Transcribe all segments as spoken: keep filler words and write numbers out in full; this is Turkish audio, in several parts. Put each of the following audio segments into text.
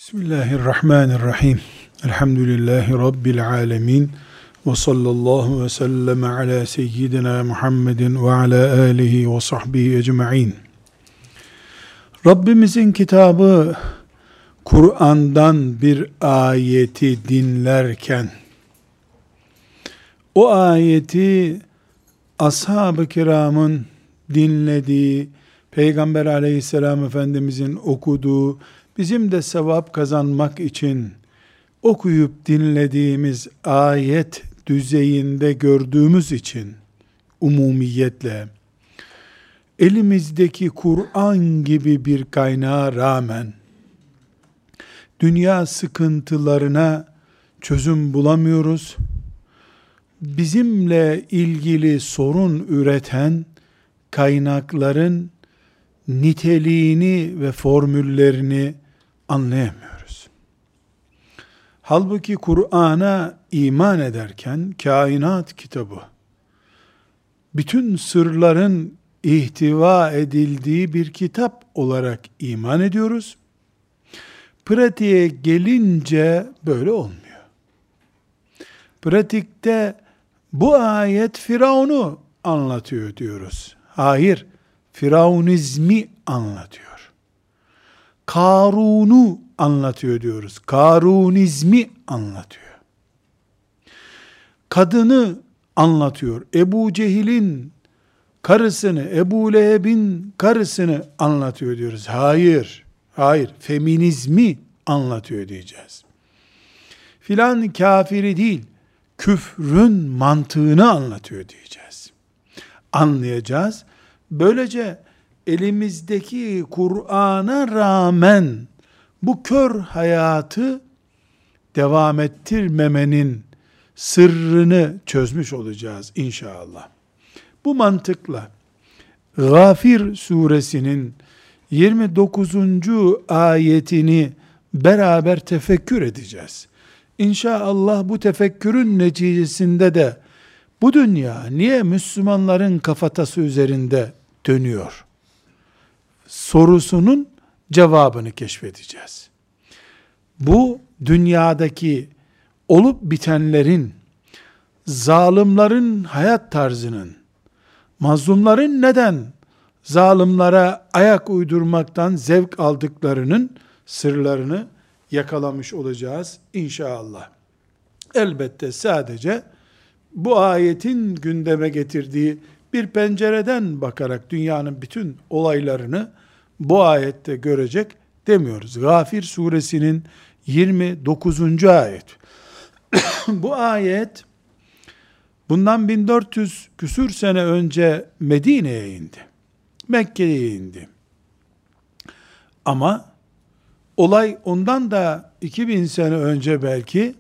Bismillahirrahmanirrahim. Elhamdülillahi Rabbil alemin. Ve sallallahu ve sellem ala seyyidina Muhammedin ve ala alihi ve sahbihi ecma'in. Rabbimizin kitabı Kur'an'dan bir ayeti dinlerken, o ayeti ashab-ı kiramın dinlediği, Peygamber aleyhisselam Efendimizin okuduğu, bizim de sevap kazanmak için okuyup dinlediğimiz ayet düzeyinde gördüğümüz için umumiyetle elimizdeki Kur'an gibi bir kaynağa rağmen dünya sıkıntılarına çözüm bulamıyoruz. Bizimle ilgili sorun üreten kaynakların niteliğini ve formüllerini anlayamıyoruz. Halbuki Kur'an'a iman ederken kainat kitabı, bütün sırların ihtiva edildiği bir kitap olarak iman ediyoruz. Pratiğe gelince böyle olmuyor. Pratikte bu ayet Firavun'u anlatıyor diyoruz. Hayır, Firavunizmi anlatıyor. Karun'u anlatıyor diyoruz. Karunizmi anlatıyor. Kadını anlatıyor. Ebu Cehil'in karısını, Ebu Leheb'in karısını anlatıyor diyoruz. Hayır, hayır, feminizmi anlatıyor diyeceğiz. Filan kafiri değil, küfrün mantığını anlatıyor diyeceğiz. Anlayacağız. Böylece elimizdeki Kur'an'a rağmen bu kör hayatı devam ettirmemenin sırrını çözmüş olacağız inşallah. Bu mantıkla Gafir suresinin yirmi dokuzuncu ayetini beraber tefekkür edeceğiz. İnşallah bu tefekkürün neticesinde de bu dünya niye Müslümanların kafatası üzerinde dönüyor sorusunun cevabını keşfedeceğiz. Bu dünyadaki olup bitenlerin, zalimlerin hayat tarzının, mazlumların neden zalimlere ayak uydurmaktan zevk aldıklarının sırlarını yakalamış olacağız inşallah. Elbette sadece bu ayetin gündeme getirdiği bir pencereden bakarak dünyanın bütün olaylarını bu ayette görecek demiyoruz. Gafir suresinin yirmi dokuzuncu ayet. Bu ayet bundan bin dört yüz küsür sene önce Medine'ye indi. Mekke'ye indi. Ama olay ondan da iki bin sene önce belki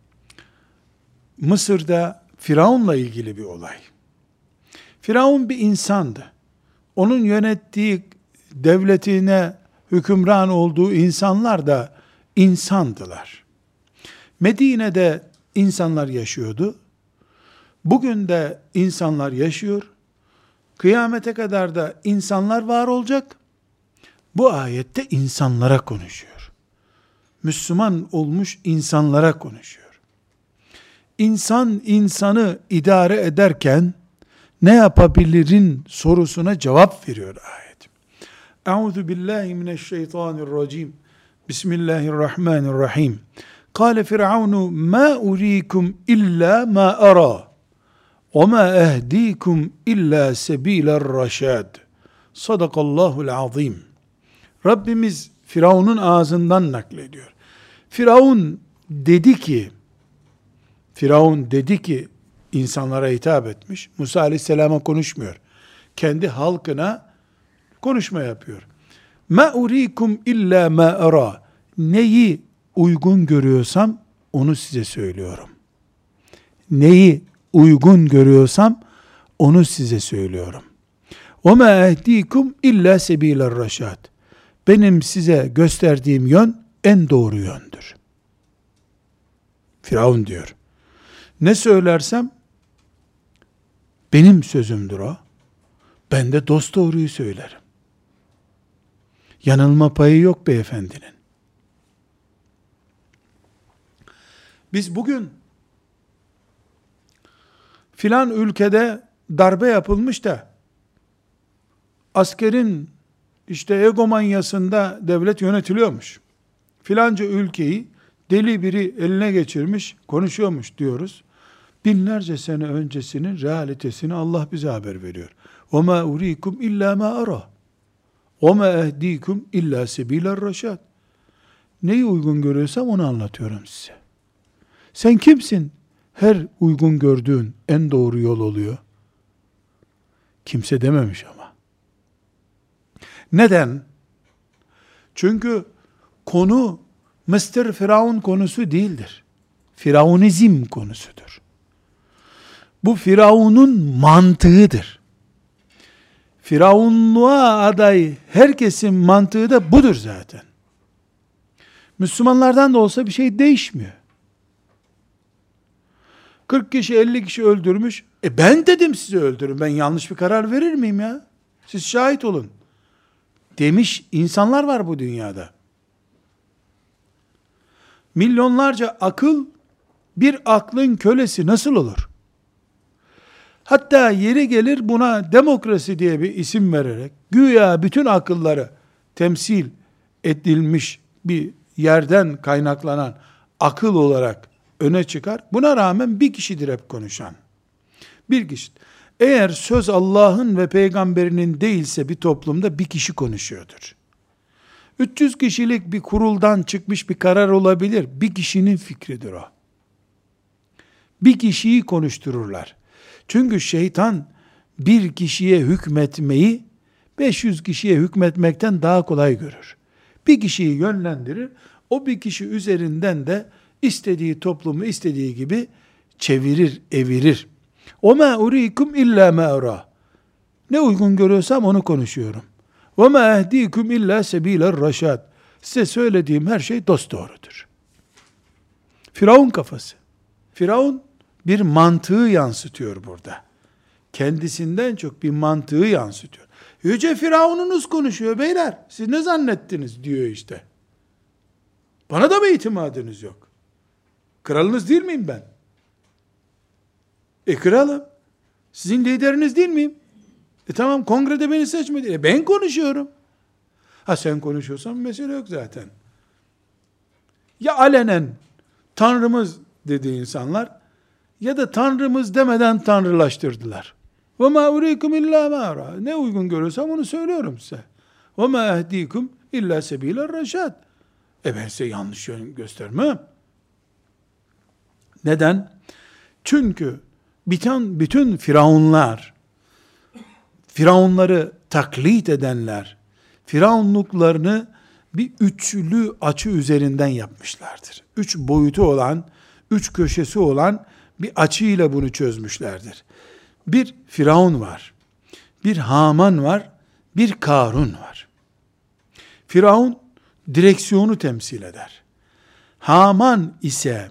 Mısır'da Firavun'la ilgili bir olay. Firavun bir insandı. Onun yönettiği devletine hükümran olduğu insanlar da insandılar. Medine'de insanlar yaşıyordu. Bugün de insanlar yaşıyor. Kıyamete kadar da insanlar var olacak. Bu ayette insanlara konuşuyor. Müslüman olmuş insanlara konuşuyor. İnsan insanı idare ederken ne yapabilirin sorusuna cevap veriyor ayet. Euzu billahi mineşşeytanirracim. Bismillahirrahmanirrahim. Kâle Firavunu ma uriikum illa ma ara ve ma ehdikum illa sebiler raşad. Sadakallahul azim. Rabbimiz Firavun'un ağzından naklediyor. Firavun dedi ki, Firavun dedi ki, insanlara hitap etmiş. Musa aleyhisselama konuşmuyor. Kendi halkına konuşma yapıyor. Ma urikum illa ma ara. Neyi uygun görüyorsam onu size söylüyorum. Neyi uygun görüyorsam onu size söylüyorum. Ve ma ehdikum illa sebiler raşad. Benim size gösterdiğim yön en doğru yöndür. Firavun diyor. Ne söylersem benim sözümdür o. Ben de dosdoğruyu söylerim. Yanılma payı yok beyefendinin. Biz bugün filan ülkede darbe yapılmış da askerin işte egomanyasında devlet yönetiliyormuş. Filanca ülkeyi deli biri eline geçirmiş, konuşuyormuş diyoruz. Binlerce sene öncesinin realitesini Allah bize haber veriyor. وَمَا اُرِيكُمْ اِلَّا مَا أَرَى وَمَا اَهْد۪يكُمْ اِلَّا سَب۪يلَ الرَّشَادِ. Neyi uygun görüyorsam onu anlatıyorum size. Sen kimsin? Her uygun gördüğün en doğru yol oluyor. Kimse dememiş ama. Neden? Çünkü konu mister Firavun konusu değildir. Firavunizm konusudur. Bu Firavun'un mantığıdır. Firavunluğa aday herkesin mantığı da budur zaten. Müslümanlardan da olsa bir şey değişmiyor. kırk kişi elli kişi öldürmüş. E ben dedim size öldürün. Ben yanlış bir karar verir miyim ya? Siz şahit olun. Demiş insanlar var bu dünyada. Milyonlarca akıl bir aklın kölesi nasıl olur? Hatta yeri gelir buna demokrasi diye bir isim vererek güya bütün akılları temsil edilmiş bir yerden kaynaklanan akıl olarak öne çıkar. Buna rağmen bir kişidir hep konuşan. Bir kişi. Eğer söz Allah'ın ve peygamberinin değilse bir toplumda bir kişi konuşuyordur. üç yüz kişilik bir kuruldan çıkmış bir karar olabilir. Bir kişinin fikridir o. Bir kişiyi konuştururlar. Çünkü şeytan bir kişiye hükmetmeyi beş yüz kişiye hükmetmekten daha kolay görür. Bir kişiyi yönlendirir. O bir kişi üzerinden de istediği toplumu istediği gibi çevirir, evirir. وَمَا اُرِيكُمْ اِلَّا مَا اَرَى. Ne uygun görüyorsam onu konuşuyorum. وَمَا اَهْد۪يكُمْ اِلَّا سَب۪يلَ الرَّشَادِ. Size söylediğim her şey dosdoğrudur. Firavun kafası. Firavun bir mantığı yansıtıyor burada. Kendisinden çok bir mantığı yansıtıyor. Yüce Firavununuz konuşuyor beyler. Siz ne zannettiniz diyor işte. Bana da mı itimadınız yok? Kralınız değil miyim ben? E kralım. Sizin lideriniz değil miyim? E tamam kongrede beni seçmedi. E ben konuşuyorum. Ha sen konuşuyorsan mesele yok zaten. Ya alenen Tanrımız dedi insanlar ya da Tanrımız demeden tanrılaştırdılar. وَمَا اُرِيكُمْ اِلَّا مَا اَرَى. Ne uygun görüyorsam onu söylüyorum size. وَمَا اَهْد۪يكُمْ اِلَّا سَب۪يلَ الرَّشَادِ. E ben size yanlış yön göstermem. Neden? Çünkü bütün, bütün firavunlar, firavunları taklit edenler, firavunluklarını bir üçlü açı üzerinden yapmışlardır. Üç boyutu olan, üç köşesi olan bir açıyla bunu çözmüşlerdir. Bir Firavun var, bir Haman var, bir Karun var. Firavun direksiyonu temsil eder. Haman ise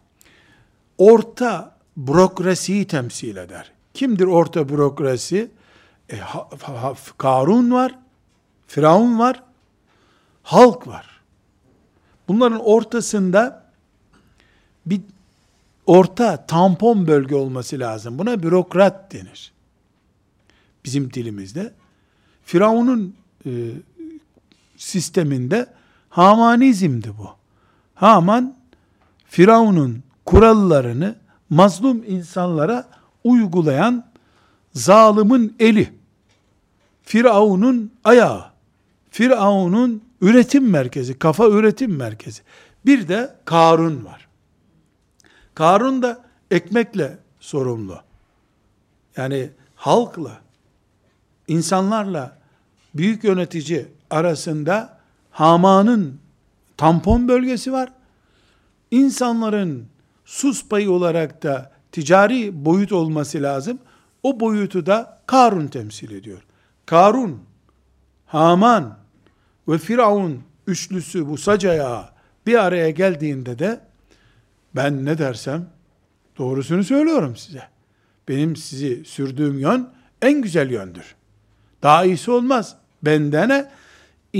orta bürokrasiyi temsil eder. Kimdir orta bürokrasi? E, ha, ha, Karun var, Firavun var, halk var. Bunların ortasında bir orta tampon bölge olması lazım. Buna bürokrat denir. Bizim dilimizde. Firavun'un e, sisteminde Hamanizmdi bu. Haman, Firavun'un kurallarını mazlum insanlara uygulayan zalimin eli. Firavun'un ayağı. Firavun'un üretim merkezi, kafa üretim merkezi. Bir de Karun var. Karun da ekmekle sorumlu. Yani halkla, insanlarla büyük yönetici arasında Haman'ın tampon bölgesi var. İnsanların sus payı olarak da ticari boyut olması lazım. O boyutu da Karun temsil ediyor. Karun, Haman ve Firavun üçlüsü bu sac ayağı bir araya geldiğinde de ben ne dersem doğrusunu söylüyorum size. Benim sizi sürdüğüm yön en güzel yöndür. Daha iyisi olmaz. Bendene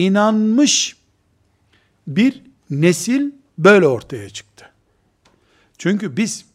inanmış bir nesil böyle ortaya çıktı. Çünkü biz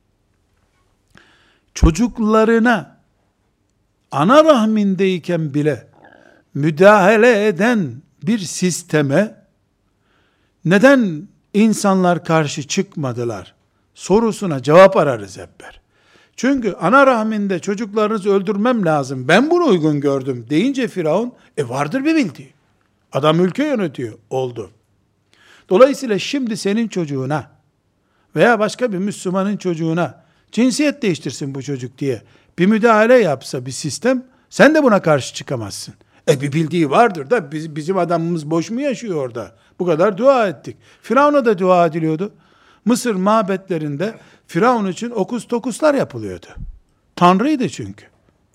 çocuklarına ana rahmindeyken bile müdahale eden bir sisteme neden insanlar karşı çıkmadılar sorusuna cevap ararız hep beraber. Çünkü ana rahminde çocuklarınızı öldürmem lazım, ben bunu uygun gördüm deyince Firavun, e vardır bir bildiği. Adam ülke yönetiyor, oldu. Dolayısıyla şimdi senin çocuğuna veya başka bir Müslümanın çocuğuna cinsiyet değiştirsin bu çocuk diye bir müdahale yapsa bir sistem, sen de buna karşı çıkamazsın. E bir bildiği vardır da biz, bizim adamımız boş mu yaşıyor orada? Bu kadar dua ettik. Firavun'a da dua ediliyordu. Mısır mabetlerinde Firavun için okus tokuslar yapılıyordu. Tanrıydı çünkü.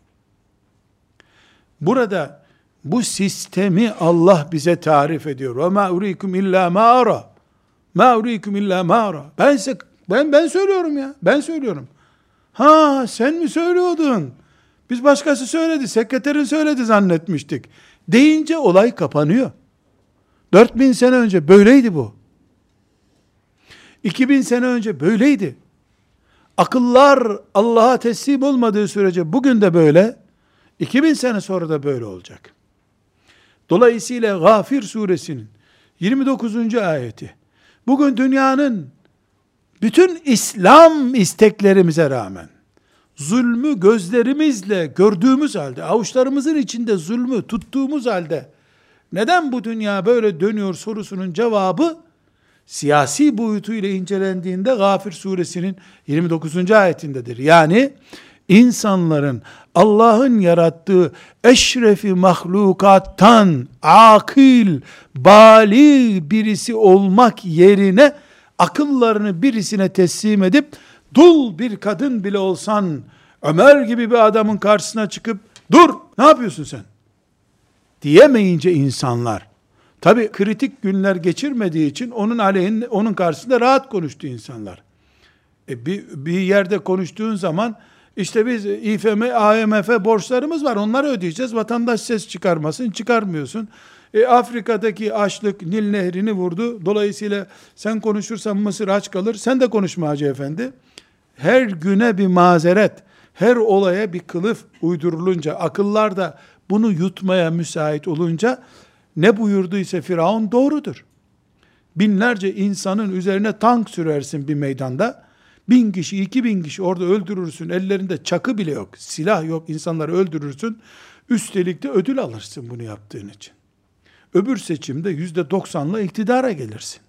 Burada bu sistemi Allah bize tarif ediyor. Ve ma uriikum illa ma ara. Ma uriikum illa ma ara. Ben size, ben ben söylüyorum ya. Ben söylüyorum. Ha sen mi söylüyordun? Biz başkası söyledi, sekreterin söyledi zannetmiştik. Deyince olay kapanıyor. dört bin sene önce böyleydi bu. iki bin sene önce böyleydi. Akıllar Allah'a teslim olmadığı sürece bugün de böyle, iki bin sene sonra da böyle olacak. Dolayısıyla Gafir suresinin yirmi dokuzuncu ayeti, bugün dünyanın bütün İslam isteklerimize rağmen, zulmü gözlerimizle gördüğümüz halde, avuçlarımızın içinde zulmü tuttuğumuz halde, neden bu dünya böyle dönüyor sorusunun cevabı, siyasi boyutuyla incelendiğinde Gafir suresinin yirmi dokuzuncu ayetindedir. Yani insanların Allah'ın yarattığı eşrefi mahlukattan akil, bali birisi olmak yerine akıllarını birisine teslim edip dul bir kadın bile olsan Ömer gibi bir adamın karşısına çıkıp dur ne yapıyorsun sen diyemeyince insanlar, tabi kritik günler geçirmediği için onun aleyhinde, onun karşısında rahat konuştu insanlar. E bir, bir yerde konuştuğun zaman işte biz İ F M, I M F borçlarımız var, onları ödeyeceğiz, vatandaş ses çıkarmasın, çıkarmıyorsun. E Afrika'daki açlık Nil nehrini vurdu, dolayısıyla sen konuşursan Mısır aç kalır, sen de konuşma Hacı Efendi. Her güne bir mazeret, her olaya bir kılıf uydurulunca, akıllar da bunu yutmaya müsait olunca, ne buyurduysa Firavun doğrudur. Binlerce insanın üzerine tank sürersin bir meydanda, bin kişi, iki bin kişi orada öldürürsün, ellerinde çakı bile yok, silah yok, insanları öldürürsün, üstelik de ödül alırsın bunu yaptığın için. Öbür seçimde yüzde doksanla iktidara gelirsin.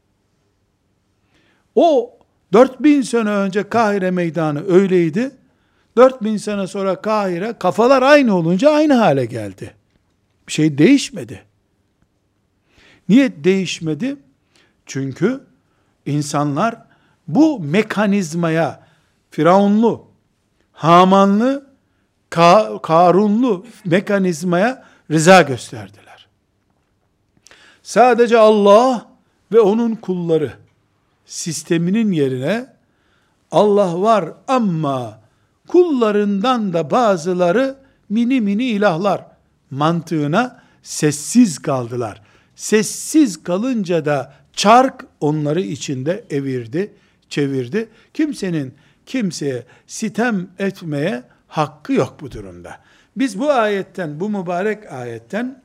O dört bin sene önce Kahire meydanı öyleydi, dört bin sene sonra Kahire, kafalar aynı olunca aynı hale geldi. Bir şey değişmedi. Niye değişmedi? Çünkü insanlar bu mekanizmaya, Firavunlu, Hamanlı, Ka- Karunlu mekanizmaya rıza gösterdiler. Sadece Allah ve onun kulları sisteminin yerine Allah var ama kullarından da bazıları mini mini ilahlar mantığına sessiz kaldılar. Sessiz kalınca da çark onları içinde evirdi, çevirdi. Kimsenin kimseye sitem etmeye hakkı yok bu durumda. Biz bu ayetten, bu mübarek ayetten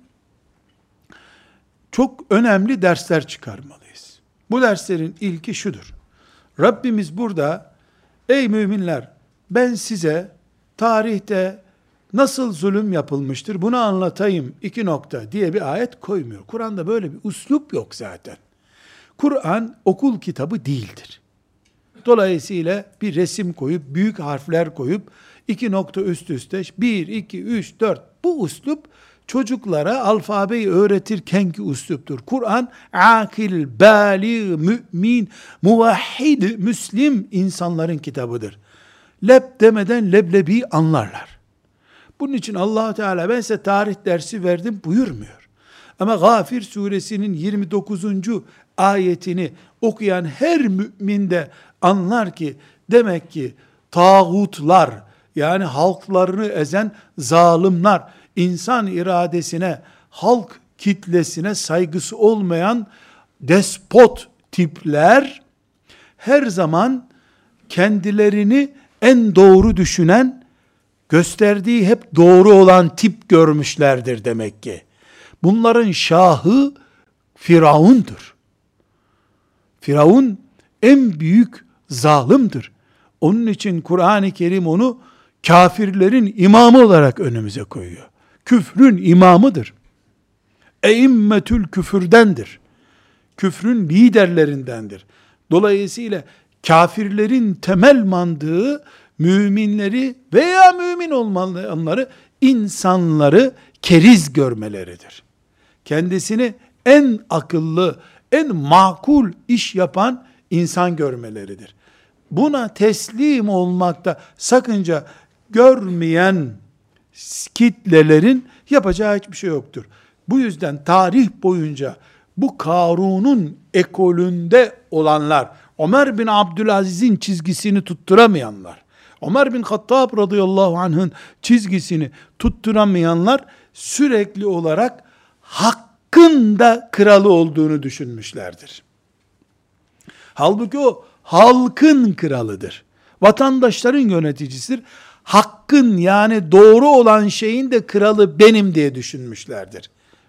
çok önemli dersler çıkarmalıyız. Bu derslerin ilki şudur. Rabbimiz burada, ey müminler, ben size tarihte nasıl zulüm yapılmıştır bunu anlatayım, iki nokta diye bir ayet koymuyor. Kur'an'da böyle bir üslup yok zaten. Kur'an okul kitabı değildir. Dolayısıyla bir resim koyup, büyük harfler koyup, iki nokta üst üste, bir, iki, üç, dört, bu üslup çocuklara alfabeyi öğretirkenki üsluptur. Kur'an, akil, bâli, mümin, muvahhid, müslim insanların kitabıdır. Leb demeden leblebi anlarlar. Bunun için Allah Teala ben size tarih dersi verdim buyurmuyor. Ama Gafir suresinin yirmi dokuzuncu ayetini okuyan her mümin de anlar ki demek ki tağutlar, yani halklarını ezen zalimler, insan iradesine, halk kitlesine saygısı olmayan despot tipler her zaman kendilerini en doğru düşünen, gösterdiği hep doğru olan tip görmüşlerdir demek ki. Bunların şahı Firavun'dur. Firavun en büyük zalimdir. Onun için Kur'an-ı Kerim onu kafirlerin imamı olarak önümüze koyuyor. Küfrün imamıdır. Eimmetül küfürdendir. Küfrün liderlerindendir. Dolayısıyla kafirlerin temel mantığı müminleri veya mümin olmayanları, insanları keriz görmeleridir. Kendisini en akıllı, en makul iş yapan insan görmeleridir. Buna teslim olmakta sakınca görmeyen kitlelerin yapacağı hiçbir şey yoktur. Bu yüzden tarih boyunca bu Karun'un ekolünde olanlar, Ömer bin Abdülaziz'in çizgisini tutturamayanlar, Ömer bin Hattab radıyallahu anh'ın çizgisini tutturamayanlar sürekli olarak hakkın da kralı olduğunu düşünmüşlerdir. Halbuki o halkın kralıdır. Vatandaşların yöneticisidir. Hakkın, yani doğru olan şeyin de kralı benim diye düşünmüşlerdir.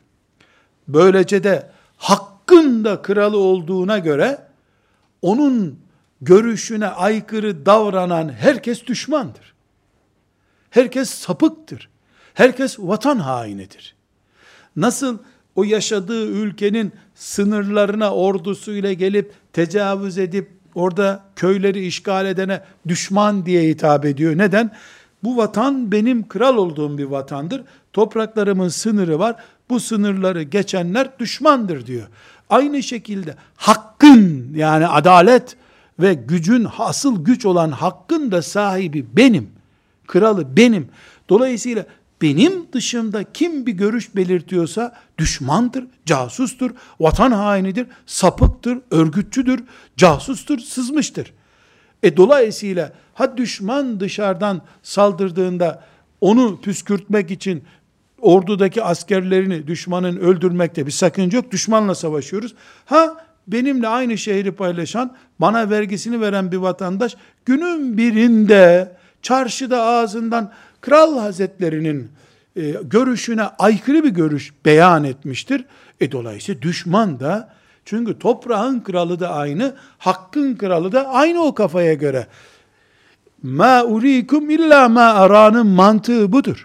Böylece de hakkın da kralı olduğuna göre onun görüşüne aykırı davranan herkes düşmandır. Herkes sapıktır. Herkes vatan hainidir. Nasıl o yaşadığı ülkenin sınırlarına ordusuyla gelip tecavüz edip orada köyleri işgal edene düşman diye hitap ediyor. Neden? Bu vatan benim kral olduğum bir vatandır. Topraklarımın sınırı var. Bu sınırları geçenler düşmandır diyor. Aynı şekilde hakkın, yani adalet ve gücün, asıl güç olan hakkın da sahibi benim. Kralı benim. Dolayısıyla benim dışımda kim bir görüş belirtiyorsa düşmandır, casustur, vatan hainidir, sapıktır, örgütçüdür, casustur, sızmıştır. E dolayısıyla ha düşman dışarıdan saldırdığında onu püskürtmek için ordudaki askerlerini düşmanın öldürmekte bir sakınca yok. Düşmanla savaşıyoruz. Ha benimle aynı şehri paylaşan, bana vergisini veren bir vatandaş günün birinde çarşıda ağzından Kral Hazretlerinin e, görüşüne aykırı bir görüş beyan etmiştir. E dolayısıyla düşman da, çünkü toprağın kralı da aynı, hakkın kralı da aynı o kafaya göre. Ma urikum illa ma aranın mantığı budur.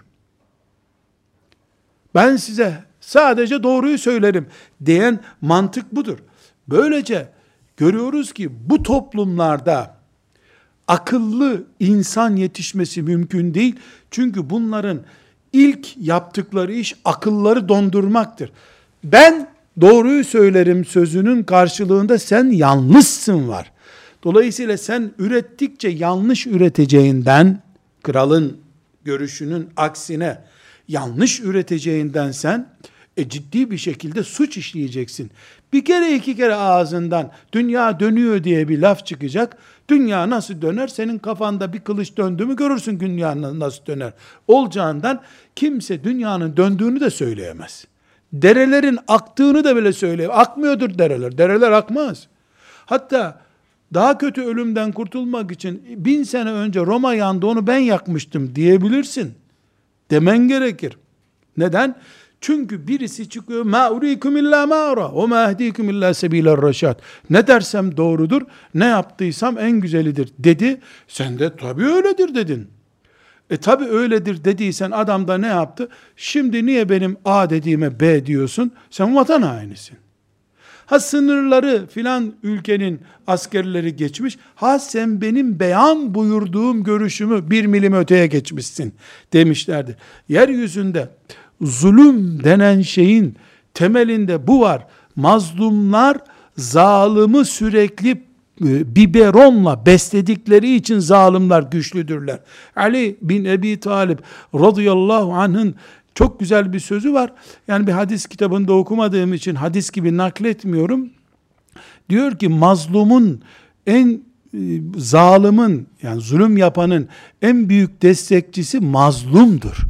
Ben size sadece doğruyu söylerim diyen mantık budur. Böylece görüyoruz ki bu toplumlarda akıllı insan yetişmesi mümkün değil. Çünkü bunların ilk yaptıkları iş akılları dondurmaktır. Ben doğruyu söylerim sözünün karşılığında sen yanlışsın var. Dolayısıyla sen ürettikçe yanlış üreteceğinden, kralın görüşünün aksine yanlış üreteceğinden sen e, ciddi bir şekilde suç işleyeceksin. Bir kere iki kere ağzından dünya dönüyor diye bir laf çıkacak. Dünya nasıl döner? Senin kafanda bir kılıç döndü mü görürsün dünya nasıl döner. Olacağından kimse dünyanın döndüğünü de söyleyemez. Derelerin aktığını da bile söyleyemez. Akmıyordur dereler. Dereler akmaz. Hatta daha kötü ölümden kurtulmak için bin sene önce Roma yandı, onu ben yakmıştım diyebilirsin. Demen gerekir. Neden? Çünkü birisi çıkıyor, ma urikum illa ma ara ve ma ehdikum illa sebiler reşad. Ne dersem doğrudur, ne yaptıysam en güzelidir dedi. Sen de tabii öyledir dedin. E tabii öyledir dediysen adam da ne yaptı? Şimdi niye benim A dediğime B diyorsun? Sen vatan hainisin. Ha sınırları filan ülkenin askerleri geçmiş. Ha sen benim beyan buyurduğum görüşümü bir milim öteye geçmişsin demişlerdi. Yeryüzünde zulüm denen şeyin temelinde bu var. Mazlumlar zalimi sürekli e, biberonla besledikleri için zalimler güçlüdürler. Ali bin Ebi Talib radıyallahu anh'ın çok güzel bir sözü var. Yani bir hadis kitabında okumadığım için hadis gibi nakletmiyorum. Diyor ki mazlumun en e, zalimin, yani zulüm yapanın en büyük destekçisi mazlumdur.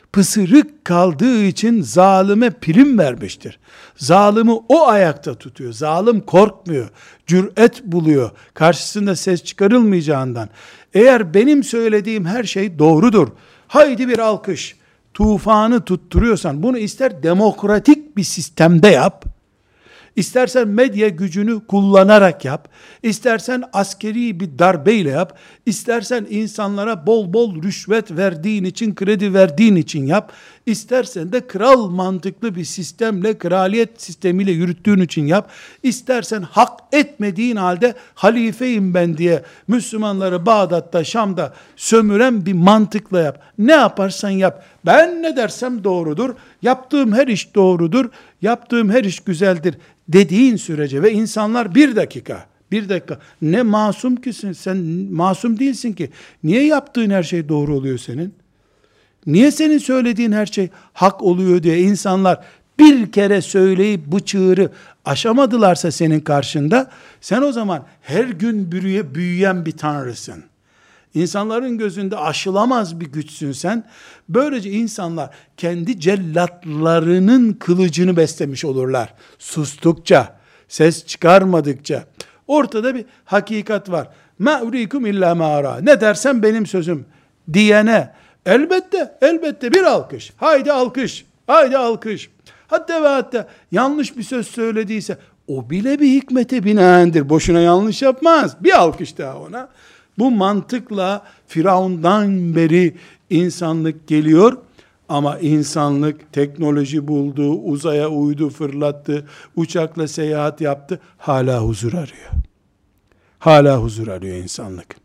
pısırık kaldığı için zalime prim vermiştir. Zalimi o ayakta tutuyor. Zalim korkmuyor, cüret buluyor. Karşısında ses çıkarılmayacağından. Eğer benim söylediğim her şey doğrudur, haydi bir alkış, tufanı tutturuyorsan, bunu ister demokratik bir sistemde yap, İstersen medya gücünü kullanarak yap, istersen askeri bir darbeyle yap, istersen insanlara bol bol rüşvet verdiğin için, kredi verdiğin için yap, istersen de kral mantıklı bir sistemle, kraliyet sistemiyle yürüttüğün için yap, istersen hak etmediğin halde halifeyim ben diye Müslümanları Bağdat'ta, Şam'da sömüren bir mantıkla yap. Ne yaparsan yap. Ben ne dersem doğrudur, yaptığım her iş doğrudur, yaptığım her iş güzeldir dediğin sürece ve insanlar bir dakika, bir dakika, ne masum kisin, sen masum değilsin ki, niye yaptığın her şey doğru oluyor senin? Niye senin söylediğin her şey hak oluyor diye insanlar bir kere söyleyip bu çığırı aşamadılarsa senin karşında, sen o zaman her gün büyüye, büyüyen bir tanrısın. İnsanların gözünde aşılamaz bir güçsün sen. Böylece insanlar kendi cellatlarının kılıcını beslemiş olurlar. Sustukça, ses çıkarmadıkça. Ortada bir hakikat var. Ma urikum illa ma ara. Ne dersen benim sözüm diyene elbette, elbette bir alkış. Haydi alkış, haydi alkış. Hatta ve hatta yanlış bir söz söylediyse o bile bir hikmete binaendir. Boşuna yanlış yapmaz. Bir alkış daha ona. Bu mantıkla Firavundan beri insanlık geliyor ama insanlık teknoloji buldu, uzaya uydu, fırlattı, uçakla seyahat yaptı, hala huzur arıyor. Hala huzur arıyor insanlık.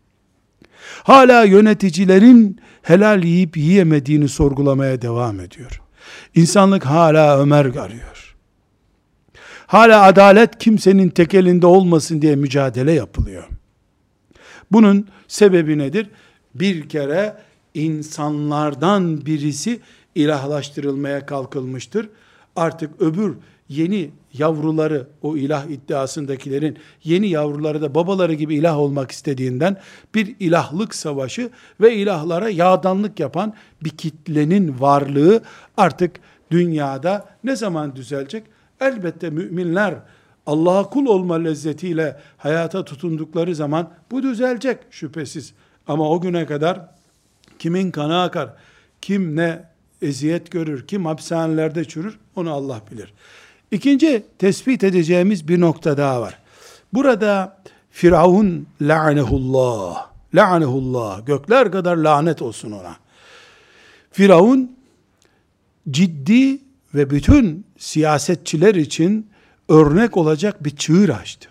Hala yöneticilerin helal yiyip yiyemediğini sorgulamaya devam ediyor. İnsanlık hala Ömer arıyor. Hala adalet kimsenin tek elinde olmasın diye mücadele yapılıyor. Bunun sebebi nedir? Bir kere insanlardan birisi ilahlaştırılmaya kalkılmıştır. Artık öbür yeni yavruları, o ilah iddiasındakilerin yeni yavruları da babaları gibi ilah olmak istediğinden bir ilahlık savaşı ve ilahlara yağdanlık yapan bir kitlenin varlığı artık dünyada ne zaman düzelecek? Elbette müminler Allah'a kul olma lezzetiyle hayata tutundukları zaman bu düzelecek şüphesiz. Ama o güne kadar kimin kanı akar, kim ne eziyet görür, kim hapishanelerde çürür, onu Allah bilir. İkinci tespit edeceğimiz bir nokta daha var. Burada Firavun la'nehullah, la'nehullah, gökler kadar lanet olsun ona. Firavun ciddi ve bütün siyasetçiler için örnek olacak bir çığır açtı.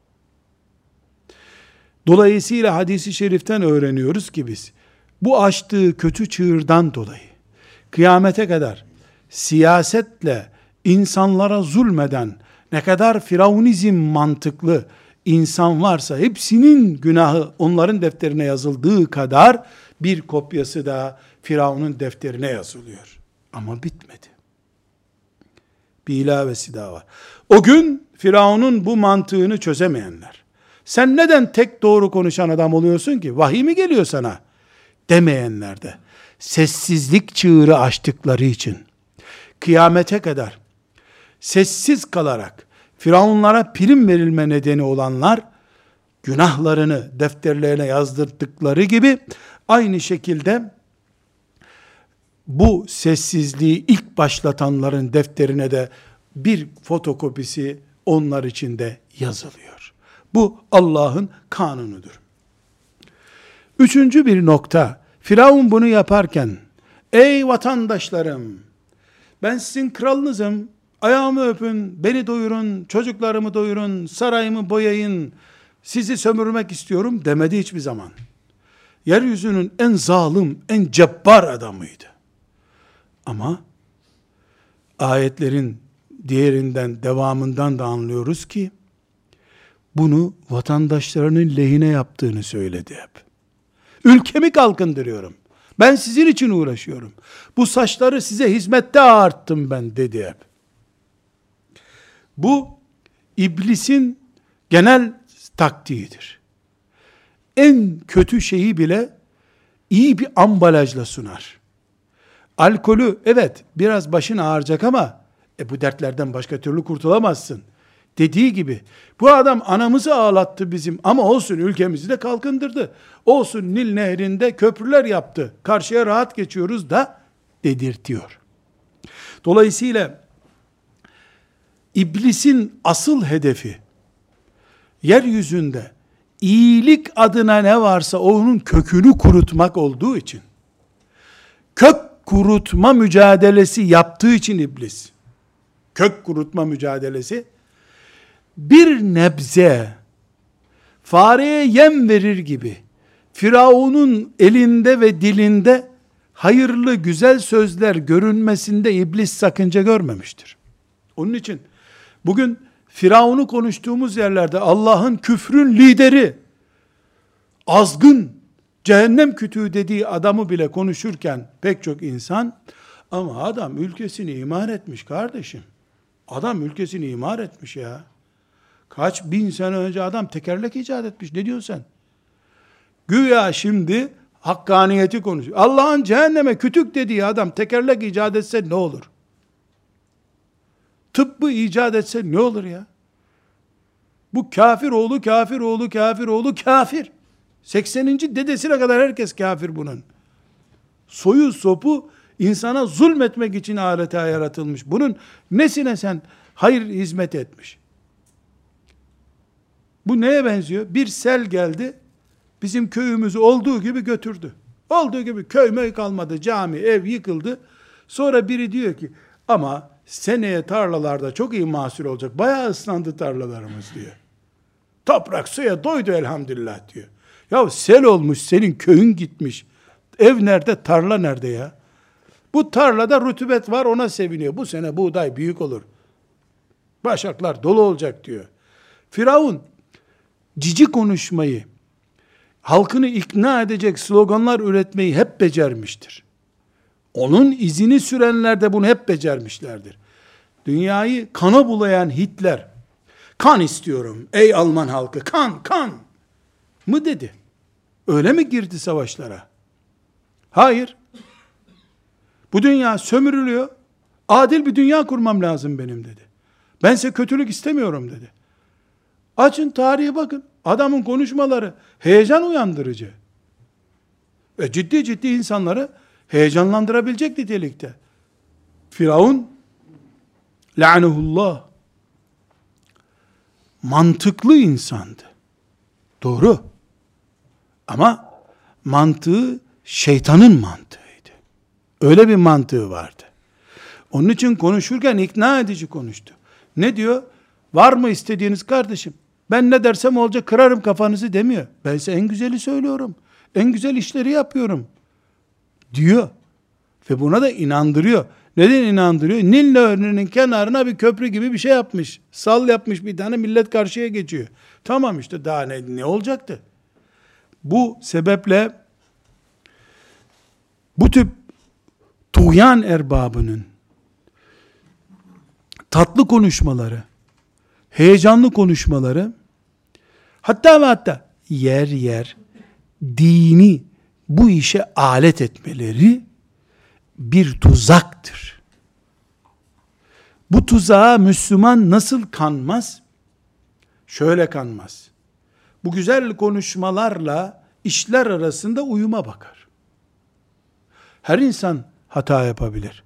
Dolayısıyla hadisi şeriften öğreniyoruz ki biz, bu açtığı kötü çığırdan dolayı, kıyamete kadar siyasetle insanlara zulmeden ne kadar firavunizm mantıklı insan varsa, hepsinin günahı onların defterine yazıldığı kadar bir kopyası da Firavun'un defterine yazılıyor. Ama bitmedi. Bir ilavesi daha var. O gün Firavun'un bu mantığını çözemeyenler, sen neden tek doğru konuşan adam oluyorsun ki? Vahiy mi geliyor sana? Demeyenler de sessizlik çığırı açtıkları için kıyamete kadar sessiz kalarak Firavunlara prim verilme nedeni olanlar, günahlarını defterlerine yazdırdıkları gibi aynı şekilde bu sessizliği ilk başlatanların defterine de bir fotokopisi onlar için de yazılıyor. Bu Allah'ın kanunudur. Üçüncü bir nokta, Firavun bunu yaparken, ey vatandaşlarım, ben sizin kralınızım, ayağımı öpün, beni doyurun, çocuklarımı doyurun, sarayımı boyayın, sizi sömürmek istiyorum demedi hiçbir zaman. Yeryüzünün en zalim, en cebbar adamıydı. Ama ayetlerin diğerinden, devamından da anlıyoruz ki, bunu vatandaşlarının lehine yaptığını söyledi hep. Ülkemi kalkındırıyorum. Ben sizin için uğraşıyorum. Bu saçları size hizmette ağarttım ben dedi hep. Bu iblisin genel taktiğidir. En kötü şeyi bile iyi bir ambalajla sunar. Alkolü evet biraz başın ağrıyacak ama e, bu dertlerden başka türlü kurtulamazsın. Dediği gibi bu adam anamızı ağlattı bizim ama olsun ülkemizi de kalkındırdı. Olsun Nil Nehri'nde köprüler yaptı. Karşıya rahat geçiyoruz da dedirtiyor. Dolayısıyla İblisin asıl hedefi yeryüzünde iyilik adına ne varsa onun kökünü kurutmak olduğu için, kök kurutma mücadelesi yaptığı için iblis, kök kurutma mücadelesi, bir nebze fareye yem verir gibi Firavun'un elinde ve dilinde hayırlı güzel sözler görünmesinde iblis sakınca görmemiştir. Onun için bugün Firavun'u konuştuğumuz yerlerde Allah'ın küfrün lideri, azgın, cehennem kütüğü dediği adamı bile konuşurken pek çok insan, ama adam ülkesini imar etmiş kardeşim. Adam ülkesini imar etmiş ya. Kaç bin sene önce adam tekerlek icat etmiş. Ne diyorsun sen? Güya şimdi hakkaniyeti konuşuyor. Allah'ın cehenneme kütük dediği adam tekerlek icat etse ne olur? Tıbbı icat etse ne olur ya? Bu kafir oğlu, kafir oğlu, kafir oğlu, kafir. sekseninci dedesine kadar herkes kafir bunun. Soyu sopu insana zulmetmek için adeta yaratılmış. Bunun nesine sen hayır hizmet etmiş? Bu neye benziyor? Bir sel geldi, bizim köyümüzü olduğu gibi götürdü. Olduğu gibi köy möy kalmadı, cami, ev yıkıldı. Sonra biri diyor ki, ama seneye tarlalarda çok iyi mahsul olacak. Bayağı ıslandı tarlalarımız diyor. Toprak suya doydu elhamdülillah diyor. Ya sel olmuş, senin köyün gitmiş. Ev nerede, tarla nerede ya? Bu tarlada rutubet var, ona seviniyor. Bu sene buğday büyük olur. Başaklar dolu olacak diyor. Firavun cici konuşmayı, halkını ikna edecek sloganlar üretmeyi hep becermiştir. Onun izini sürenler de bunu hep becermişlerdir. Dünyayı kana bulayan Hitler, kan istiyorum ey Alman halkı, kan, kan mı dedi? Öyle mi girdi savaşlara? Hayır. Bu dünya sömürülüyor, adil bir dünya kurmam lazım benim dedi. Bense kötülük istemiyorum dedi. Açın tarihe bakın. Adamın konuşmaları heyecan uyandırıcı. Ve ciddi ciddi insanları heyecanlandırabilecek nitelikte. Firavun la'nehullah mantıklı insandı. Doğru. Ama mantığı şeytanın mantığıydı. Öyle bir mantığı vardı. Onun için konuşurken ikna edici konuştu. Ne diyor? Var mı istediğiniz kardeşim? Ben ne dersem olacak, kırarım kafanızı demiyor. Ben size en güzeli söylüyorum. En güzel işleri yapıyorum. Diyor. Ve buna da inandırıyor. Neden inandırıyor? Nil Nehri'nin kenarına bir köprü gibi bir şey yapmış. Sal yapmış bir tane, millet karşıya geçiyor. Tamam işte, daha ne, ne olacaktı? Bu sebeple bu tip tuğyan erbabının tatlı konuşmaları, heyecanlı konuşmaları, hatta ve hatta yer yer dini bu işe alet etmeleri bir tuzaktır. Bu tuzağa Müslüman nasıl kanmaz? Şöyle kanmaz. Bu güzel konuşmalarla işler arasında uyuma bakar. Her insan hata yapabilir.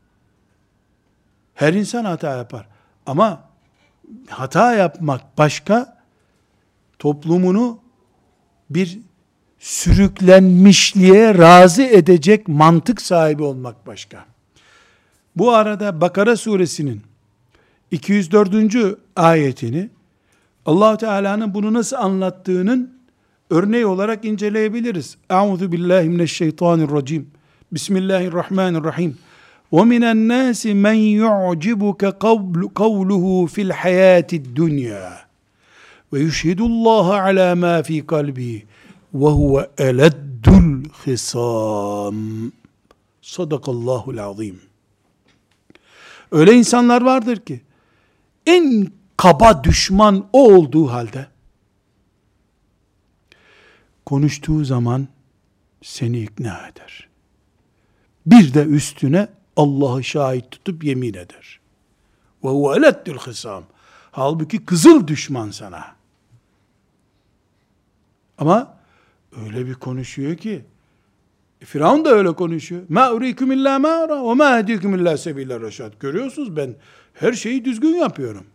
Her insan hata yapar. Ama hata yapmak başka, toplumunu bir sürüklenmişliğe razı edecek mantık sahibi olmak başka. Bu arada Bakara suresinin iki yüz dördüncü ayetini Allah Teala'nın bunu nasıl anlattığının örneği olarak inceleyebiliriz. Euzu billahi mineşşeytanirracim. Bismillahirrahmanirrahim. وَمِنَ النَّاسِ مَنْ يُعْجِبُكَ قَوْلُهُ فِي الْحَيَاةِ الدُّنْيَا وَيُشْهِدُ اللّٰهَ عَلَى مَا فِي قَلْبِهِ وَهُوَ أَلَدُّ الْخِصَامِ. Sadakallahul azim. Öyle insanlar vardır ki en kaba düşman o olduğu halde konuştuğu zaman seni ikna eder. Bir de üstüne Allah'ı şahit tutup yemin eder. Ve huve eleddül hısam. Halbuki kızıl düşman sana. Ama öyle bir konuşuyor ki, e, Firavun da öyle konuşuyor. Ma urikum illa ma ara ve ma ehdikum illa sebiler reşad. Görüyorsunuz, ben her şeyi düzgün yapıyorum.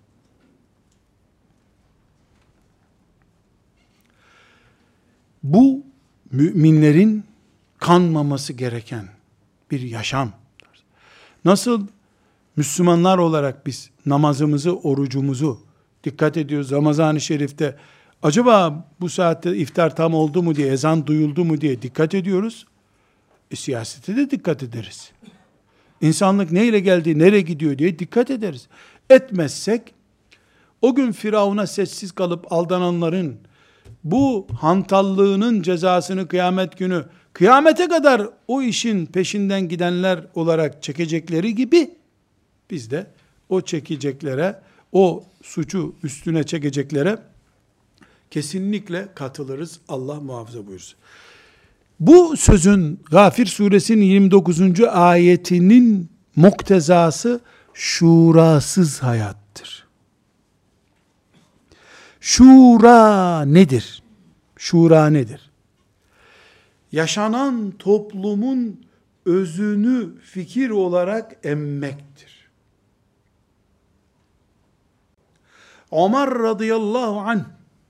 Bu müminlerin kanmaması gereken bir yaşam. Nasıl Müslümanlar olarak biz namazımızı, orucumuzu dikkat ediyoruz. Ramazan-ı Şerif'te acaba bu saatte iftar tam oldu mu diye, ezan duyuldu mu diye dikkat ediyoruz. E, siyasete de dikkat ederiz. İnsanlık neyle geldi, nereye gidiyor diye dikkat ederiz. Etmezsek, o gün Firavun'a sessiz kalıp aldananların bu hantallığının cezasını kıyamet günü, kıyamete kadar o işin peşinden gidenler olarak çekecekleri gibi, biz de o çekeceklere, o suçu üstüne çekeceklere kesinlikle katılırız. Allah muhafaza buyursun. Bu sözün Gafir suresinin yirmi dokuzuncu ayetinin muktezası şurasız hayattır. Şura nedir? Şura nedir? Yaşanan toplumun özünü fikir olarak emmektir. Ömer radıyallahu anh,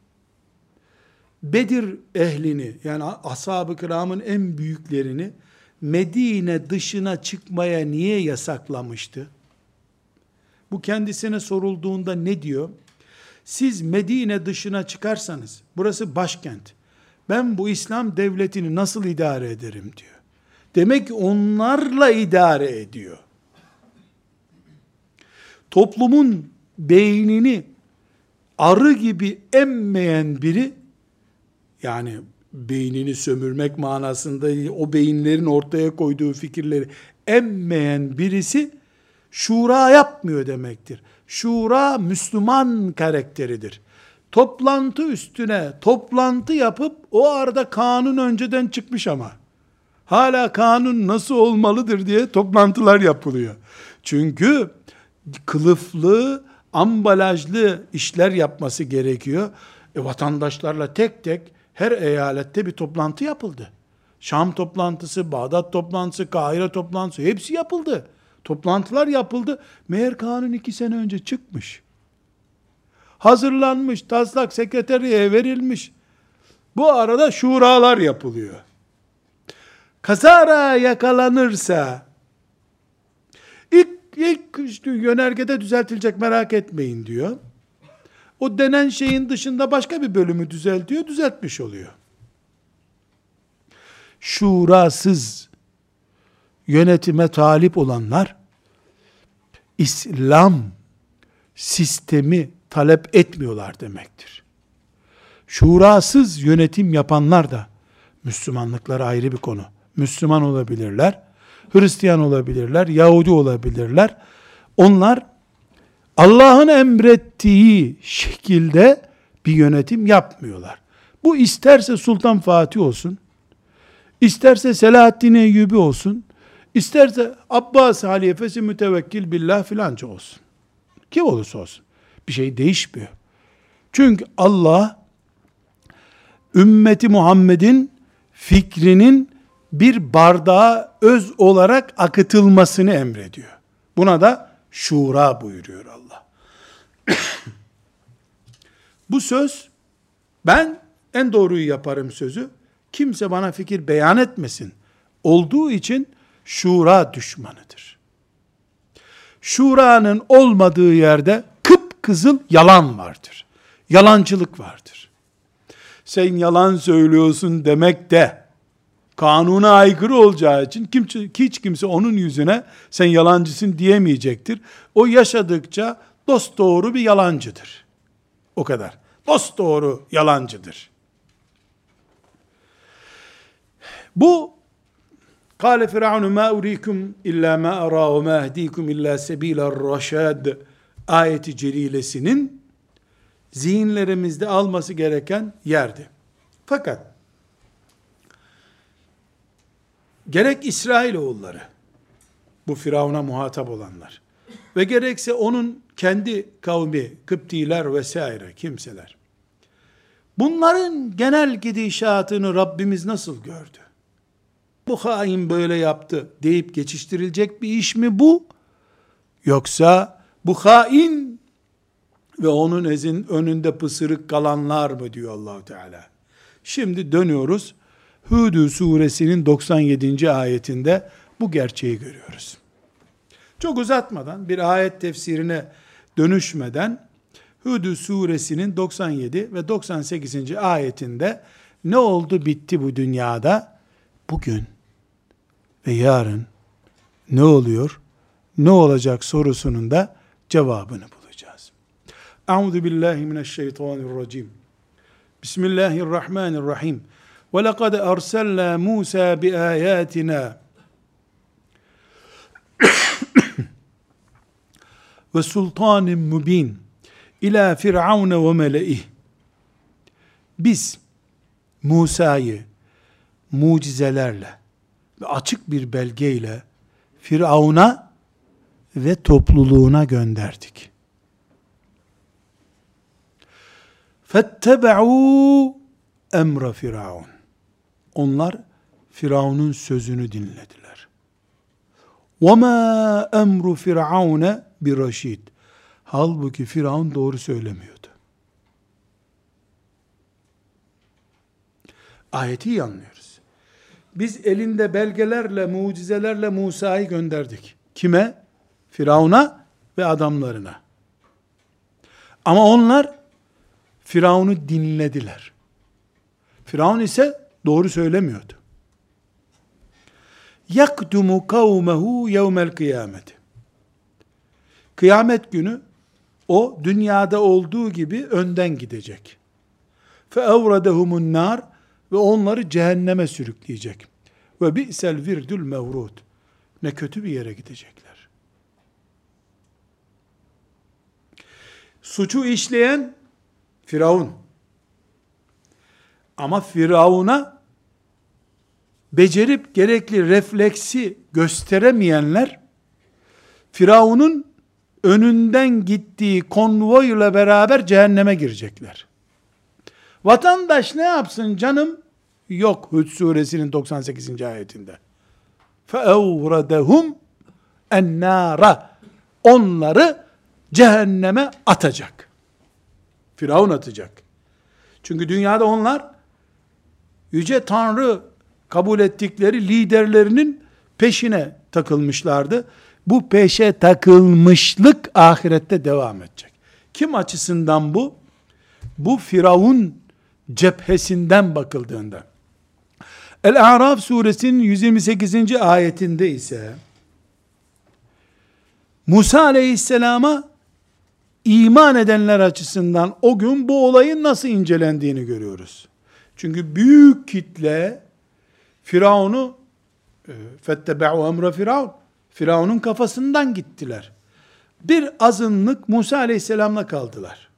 Bedir ehlini, yani ashab-ı kiramın en büyüklerini Medine dışına çıkmaya niye yasaklamıştı? Bu kendisine sorulduğunda ne diyor? Siz Medine dışına çıkarsanız, burası başkent, ben bu İslam devletini nasıl idare ederim diyor. Demek ki onlarla idare ediyor. Toplumun beynini arı gibi emmeyen biri, yani beynini sömürmek manasında o beyinlerin ortaya koyduğu fikirleri emmeyen birisi şura yapmıyor demektir. Şura Müslüman karakteridir. Toplantı üstüne toplantı yapıp o arada kanun önceden çıkmış ama hala kanun nasıl olmalıdır diye toplantılar yapılıyor. Çünkü kılıflı, ambalajlı işler yapması gerekiyor. E, vatandaşlarla tek tek her eyalette bir toplantı yapıldı. Şam toplantısı, Bağdat toplantısı, Kahire toplantısı hepsi yapıldı. Toplantılar yapıldı. Meğer kanun iki sene önce çıkmış. Hazırlanmış, taslak sekreteriye verilmiş. Bu arada şuralar yapılıyor. Kazara yakalanırsa ilk, ilk işte yönergede düzeltilecek, merak etmeyin diyor. O denen şeyin dışında başka bir bölümü düzeltiyor, düzeltmiş oluyor. Şurasız yönetime talip olanlar, İslam sistemi talep etmiyorlar demektir. Şurasız yönetim yapanlar da, Müslümanlıkları ayrı bir konu. Müslüman olabilirler, Hristiyan olabilirler, Yahudi olabilirler. Onlar, Allah'ın emrettiği şekilde bir yönetim yapmıyorlar. Bu isterse Sultan Fatih olsun, isterse Selahaddin Eyyubi olsun, isterse Abbas halifesi mütevekkil billah filanca olsun. Kim olursa olsun. Bir şey değişmiyor. Çünkü Allah, ümmeti Muhammed'in fikrinin bir bardağa öz olarak akıtılmasını emrediyor. Buna da şura buyuruyor Allah. Bu söz, ben en doğruyu yaparım sözü, kimse bana fikir beyan etmesin olduğu için şura düşmanıdır. Şuranın olmadığı yerde kıpkızıl yalan vardır. Yalancılık vardır. Sen yalan söylüyorsun demek de kanuna aykırı olacağı için kimse, hiç kimse onun yüzüne sen yalancısın diyemeyecektir. O yaşadıkça dosdoğru bir yalancıdır. O kadar. Dosdoğru yalancıdır. Bu Kâle Firavun mâ urikum illâ mâ arâ ve mâ ehdikum illâ sebîler raşâd ayeti celilesinin zihinlerimizde alması gereken yerdi. Fakat gerek İsrailoğulları, bu Firavun'a muhatap olanlar ve gerekse onun kendi kavmi, Kıptiler vesaire kimseler, bunların genel gidişatını Rabbimiz nasıl gördü? Bu hain böyle yaptı deyip geçiştirilecek bir iş mi bu? Yoksa bu hain ve onun ezin önünde pısırık kalanlar mı diyor Allah Teala. Şimdi dönüyoruz. Hud suresinin doksan yedinci ayetinde bu gerçeği görüyoruz. Çok uzatmadan, bir ayet tefsirine dönüşmeden Hud suresinin doksan yedi ve doksan sekizinci ayetinde ne oldu bitti bu dünyada? Bugün ve yarın ne oluyor? Ne olacak sorusunun da cevabını bulacağız. Euzu billahi mineşşeytanirracim. Bismillahirrahmanirrahim. Ve lekad erselna Musa bi ayatina ve sultanin mubin ila firavun ve meleih. Biz Musa'yı mucizelerle ve açık bir belgeyle Firavun'a ve topluluğuna gönderdik. Fettebe'u emre Firavun. Onlar Firavun'un sözünü dinlediler. وَمَا emru Firavune biraşid. Halbuki Firavun doğru söylemiyordu. Ayeti iyi anlıyoruz. Biz elinde belgelerle, mucizelerle Musa'yı gönderdik. Kime? Firavun'a ve adamlarına. Ama onlar Firavun'u dinlediler. Firavun ise doğru söylemiyordu. يَقْدُمُ قَوْمَهُ يَوْمَ الْقِيَامَةِ. Kıyamet günü o dünyada olduğu gibi önden gidecek. فَاَوْرَدَهُمُ النَّارِ ve onları cehenneme sürükleyecek. Ve bi'sel virdül mevrud. Ne kötü bir yere gidecekler. Suçu işleyen Firavun. Ama Firavun'a becerip gerekli refleksi gösteremeyenler, Firavun'un önünden gittiği konvoyla beraber cehenneme girecekler. Vatandaş ne yapsın canım? Yok Hud suresinin doksan sekizinci ayetinde. فَاَوْرَدَهُمْ اَنَّارَ. Onları cehenneme atacak. Firavun atacak. Çünkü dünyada onlar yüce Tanrı kabul ettikleri liderlerinin peşine takılmışlardı. Bu peşe takılmışlık ahirette devam edecek. Kim açısından bu? Bu Firavun cephesinden bakıldığında. El-A'raf suresinin yüz yirmi sekizinci ayetinde ise Musa aleyhisselama iman edenler açısından o gün bu olayın nasıl incelendiğini görüyoruz. Çünkü büyük kitle Firavun'u fettebe'u emre Firavun, Firavun'un kafasından gittiler. Bir azınlık Musa aleyhisselamla kaldılar.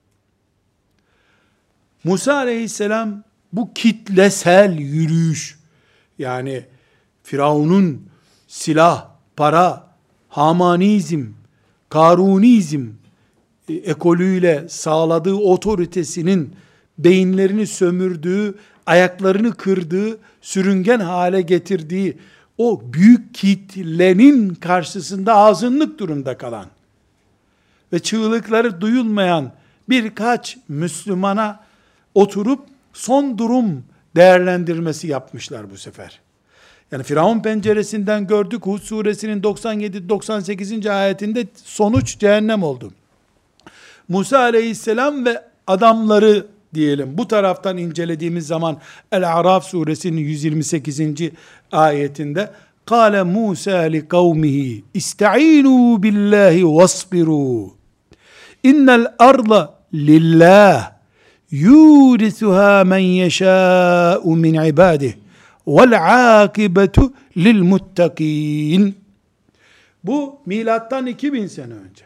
Musa aleyhisselam bu kitlesel yürüyüş, yani Firavun'un silah, para, Hamanizm, Karunizm e, ekolüyle sağladığı otoritesinin beyinlerini sömürdüğü, ayaklarını kırdığı, sürüngen hale getirdiği o büyük kitlenin karşısında azınlık durumda kalan ve çığlıkları duyulmayan birkaç Müslümana oturup son durum değerlendirmesi yapmışlar bu sefer. Yani Firavun penceresinden gördük, Hud suresinin doksan yedi doksan sekizinci ayetinde sonuç cehennem oldu. Musa aleyhisselam ve adamları diyelim bu taraftan incelediğimiz zaman El-A'raf suresinin yüz yirmi sekizinci ayetinde Kâle Musa li kavmihi ista'inû billahi vasbirû innel arda lillah yûrisuhâ men yeşâ'u min ibâdih vel âkibetu lil muttakîn. Bu milattan iki bin sene önce.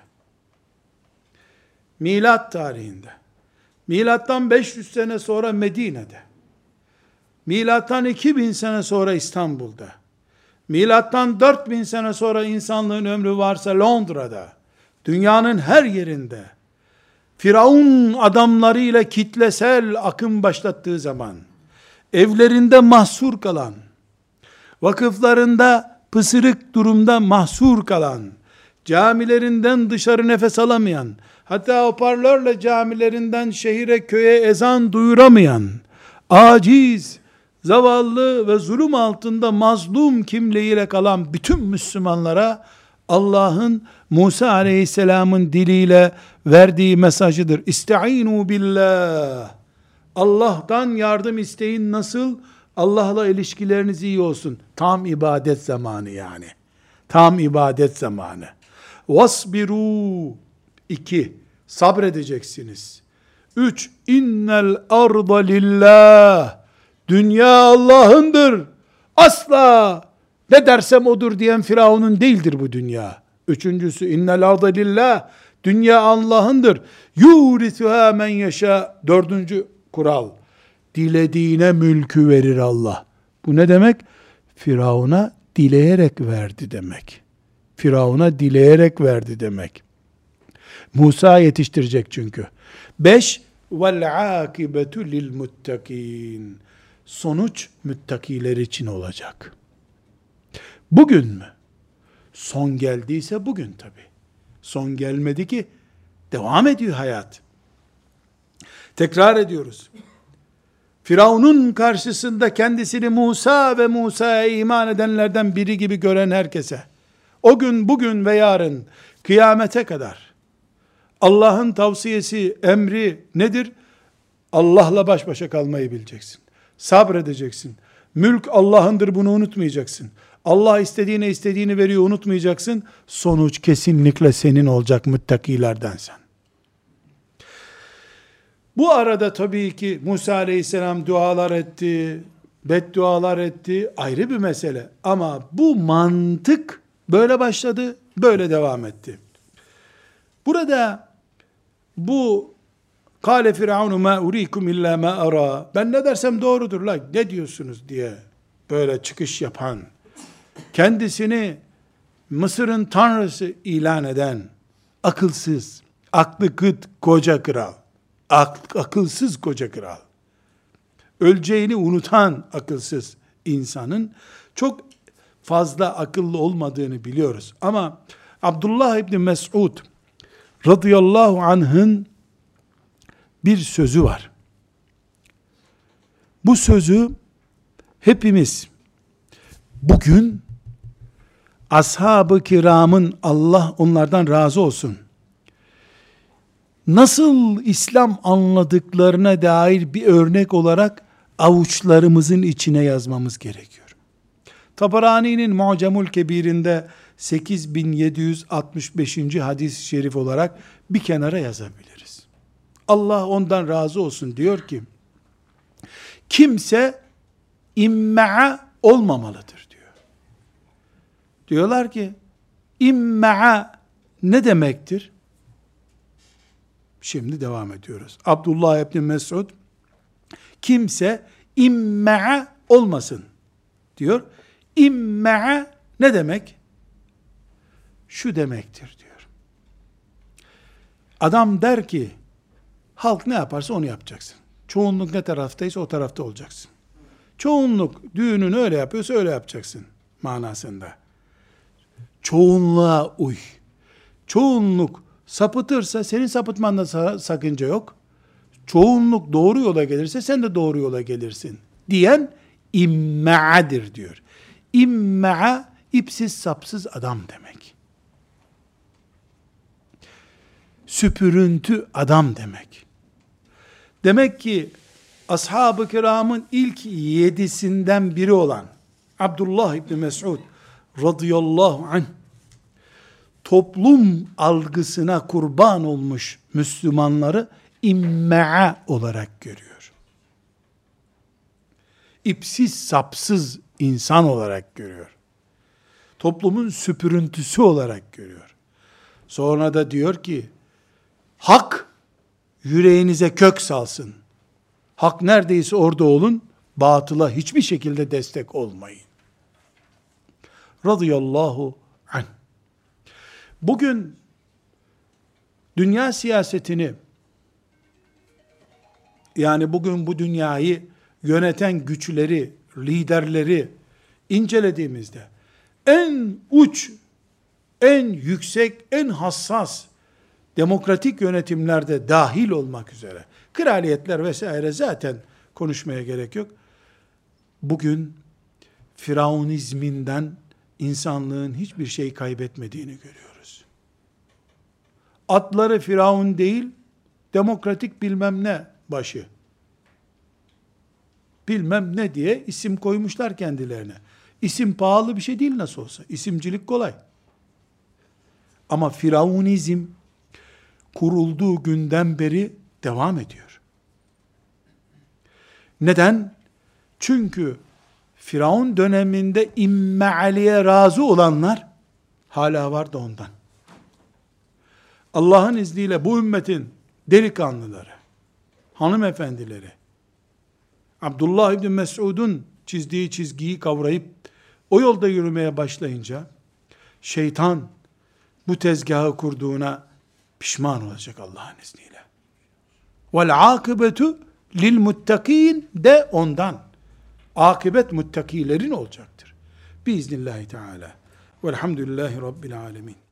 Milat tarihinde. Milattan beş yüz sene sonra Medine'de. Milattan iki bin sene sonra İstanbul'da. Milattan dört bin sene sonra insanlığın ömrü varsa Londra'da, dünyanın her yerinde, Firavun adamlarıyla kitlesel akım başlattığı zaman, evlerinde mahsur kalan, vakıflarında pısırık durumda mahsur kalan, camilerinden dışarı nefes alamayan, hatta hoparlörle camilerinden şehire köye ezan duyuramayan, aciz, zavallı ve zulüm altında mazlum kimliğiyle kalan bütün Müslümanlara Allah'ın Musa aleyhisselamın diliyle verdiği mesajıdır. İsta'inu billah. Allah'tan yardım isteyin. Nasıl? Allah'la ilişkileriniz iyi olsun. Tam ibadet zamanı yani. Tam ibadet zamanı. Vasbiru. İki, sabredeceksiniz. Üç, innel arda lillah. Dünya Allah'ındır. Asla ne dersem odur diyen Firavun'un değildir bu dünya. Üçüncüsü, innel arda lillah. Dünya Allah'ındır. Yurithuha men yeşâ. Dördüncü kural. Dilediğine mülkü verir Allah. Bu ne demek? Firavun'a dileyerek verdi demek. Firavun'a dileyerek verdi demek. Musa yetiştirecek çünkü. Beş, vel akibetu lil muttakin. Sonuç müttakiler için olacak. Bugün mü? Son geldiyse bugün tabi. Son gelmedi ki devam ediyor hayat. Tekrar ediyoruz. Firavun'un karşısında kendisini Musa ve Musa'ya iman edenlerden biri gibi gören herkese, o gün, bugün ve yarın kıyamete kadar Allah'ın tavsiyesi, emri nedir? Allah'la baş başa kalmayı bileceksin. Sabredeceksin. Mülk Allah'ındır, bunu unutmayacaksın. Allah istediğine istediğini veriyor, unutmayacaksın. Sonuç kesinlikle senin olacak, müttakilerden sen. Bu arada tabii ki Musa aleyhisselam dualar etti, beddualar etti, ayrı bir mesele. Ama bu mantık böyle başladı, böyle devam etti. Burada bu kâle firavunu mâ urikum illâ mâ arâ, ben ne dersem doğrudur la, ne diyorsunuz diye böyle çıkış yapan, kendisini Mısır'ın tanrısı ilan eden akılsız, aklı kıt koca kral, ak, akılsız koca kral, öleceğini unutan akılsız insanın çok fazla akıllı olmadığını biliyoruz. Ama Abdullah İbni Mes'ud radıyallahu anh'ın bir sözü var. Bu sözü hepimiz bugün ashab-ı kiramın, Allah onlardan razı olsun, nasıl İslam anladıklarına dair bir örnek olarak avuçlarımızın içine yazmamız gerekiyor. Tabarani'nin Mu'cemul Kebir'inde sekiz bin yedi yüz altmış beşinci hadis-i şerif olarak bir kenara yazabiliriz. Allah ondan razı olsun diyor ki, kimse imma'a olmamalıdır diyor. Diyorlar ki, imma'a ne demektir? Şimdi devam ediyoruz. Abdullah İbni Mes'ud, kimse imma'a olmasın diyor. İmma'a ne demek? Şu demektir diyor. Adam der ki, halk ne yaparsa onu yapacaksın. Çoğunluk ne taraftaysa o tarafta olacaksın. Çoğunluk düğününü öyle yapıyorsa öyle yapacaksın manasında. Çoğunluğa uy. Çoğunluk sapıtırsa senin sapıtmanda sakınca yok. Çoğunluk doğru yola gelirse sen de doğru yola gelirsin diyen imma'adir diyor. İmma'a ipsiz sapsız adam demek. Süpürüntü adam demek. Demek ki ashab-ı kiramın ilk yedisinden biri olan Abdullah İbni Mes'ud radıyallahu anh, toplum algısına kurban olmuş Müslümanları imma'a olarak görüyor. İpsiz sapsız insan olarak görüyor. Toplumun süpürüntüsü olarak görüyor. Sonra da diyor ki, hak yüreğinize kök salsın. Hak neredeyse orada olun, batıla hiçbir şekilde destek olmayın. radıyallahu anh. Bugün dünya siyasetini, yani bugün bu dünyayı yöneten güçleri, liderleri incelediğimizde en uç, en yüksek, en hassas demokratik yönetimlerde dahil olmak üzere, kraliyetler vesaire zaten konuşmaya gerek yok. Bugün Firavunizminden insanlığın hiçbir şey kaybetmediğini görüyoruz. Atları Firavun değil, demokratik bilmem ne başı. Bilmem ne diye isim koymuşlar kendilerine. İsim pahalı bir şey değil nasıl olsa. İsimcilik kolay. Ama Firavunizm kurulduğu günden beri devam ediyor. Neden? Çünkü Firavun döneminde immealiye razı olanlar hala var da ondan. Allah'ın izniyle bu ümmetin delikanlıları, hanımefendileri, Abdullah İbni Mes'ud'un çizdiği çizgiyi kavrayıp o yolda yürümeye başlayınca şeytan bu tezgahı kurduğuna pişman olacak Allah'ın izniyle. Vel akıbetu lil muttakin de ondan. Akıbet muttakilerin olacaktır. Biiznillahü teala. Velhamdülillahi Rabbil alemin.